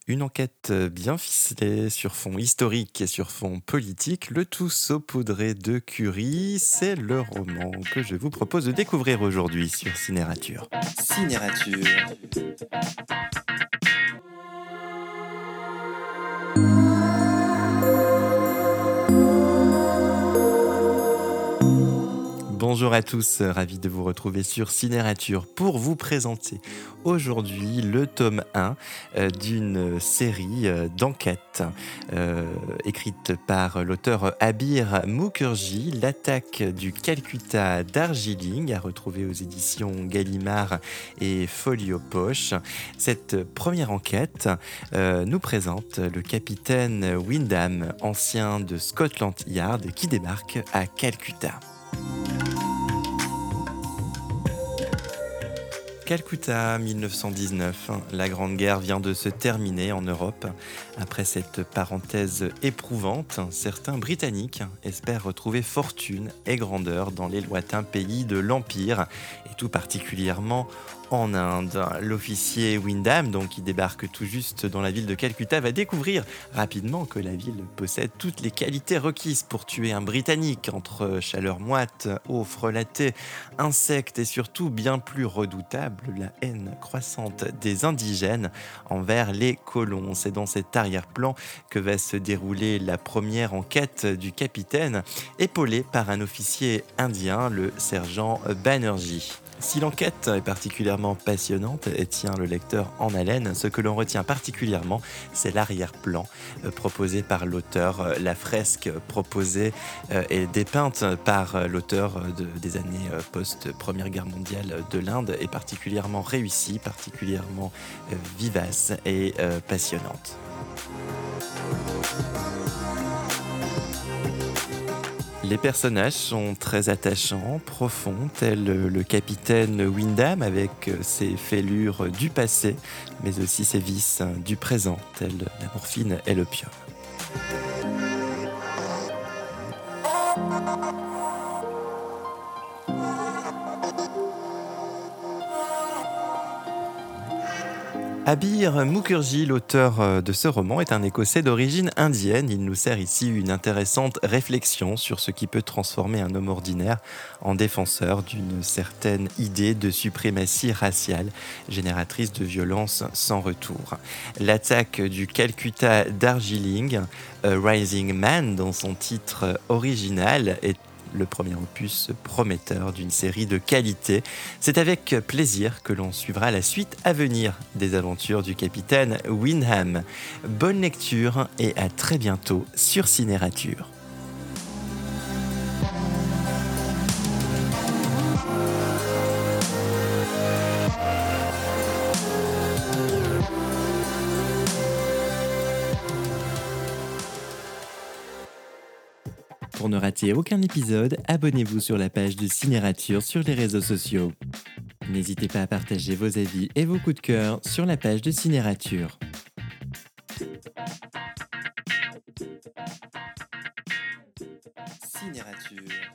Une enquête bien ficelée sur fond historique et sur fond politique, le tout saupoudré de Curie, c'est le roman que je vous propose de découvrir aujourd'hui sur Cinérature. Cinérature. Bonjour à tous, ravi de vous retrouver sur Cinérature pour vous présenter aujourd'hui le tome 1 d'une série d'enquêtes écrite par l'auteur Abir Mukherjee, l'attaque du Calcutta Darjeeling, à retrouver aux éditions Gallimard et Folio Poche. Cette première enquête nous présente le capitaine Wyndham, ancien de Scotland Yard, qui débarque à Calcutta. Calcutta, 1919. La Grande Guerre vient de se terminer en Europe. Après cette parenthèse éprouvante, certains Britanniques espèrent retrouver fortune et grandeur dans les lointains pays de l'Empire, et tout particulièrement en Inde. L'officier Wyndham, donc, qui débarque tout juste dans la ville de Calcutta, va découvrir rapidement que la ville possède toutes les qualités requises pour tuer un Britannique, entre chaleur moite, eau frelatée, insectes et surtout bien plus redoutable, la haine croissante des indigènes envers les colons. C'est dans cet arrière-plan que va se dérouler la première enquête du capitaine, épaulé par un officier indien, le sergent Banerjee. Si l'enquête est particulièrement passionnante et tient le lecteur en haleine, ce que l'on retient particulièrement, c'est l'arrière-plan proposé par l'auteur. La fresque proposée et dépeinte par l'auteur des années post-Première Guerre mondiale de l'Inde est particulièrement réussie, particulièrement vivace et passionnante. Les personnages sont très attachants, profonds, tel le capitaine Wyndham avec ses fêlures du passé, mais aussi ses vices du présent, tels la morphine et l'opium. Abir Mukherjee, l'auteur de ce roman, est un Écossais d'origine indienne. Il nous sert ici une intéressante réflexion sur ce qui peut transformer un homme ordinaire en défenseur d'une certaine idée de suprématie raciale, génératrice de violence sans retour. L'attaque du Calcutta Darjeeling, A Rising Man, dans son titre original, est le premier opus prometteur d'une série de qualité. C'est avec plaisir que l'on suivra la suite à venir des aventures du capitaine Wyndham. Bonne lecture et à très bientôt sur Cinérature. Pour ne rater aucun épisode, abonnez-vous sur la page de Cinérature sur les réseaux sociaux. N'hésitez pas à partager vos avis et vos coups de cœur sur la page de Cinérature. Cinérature.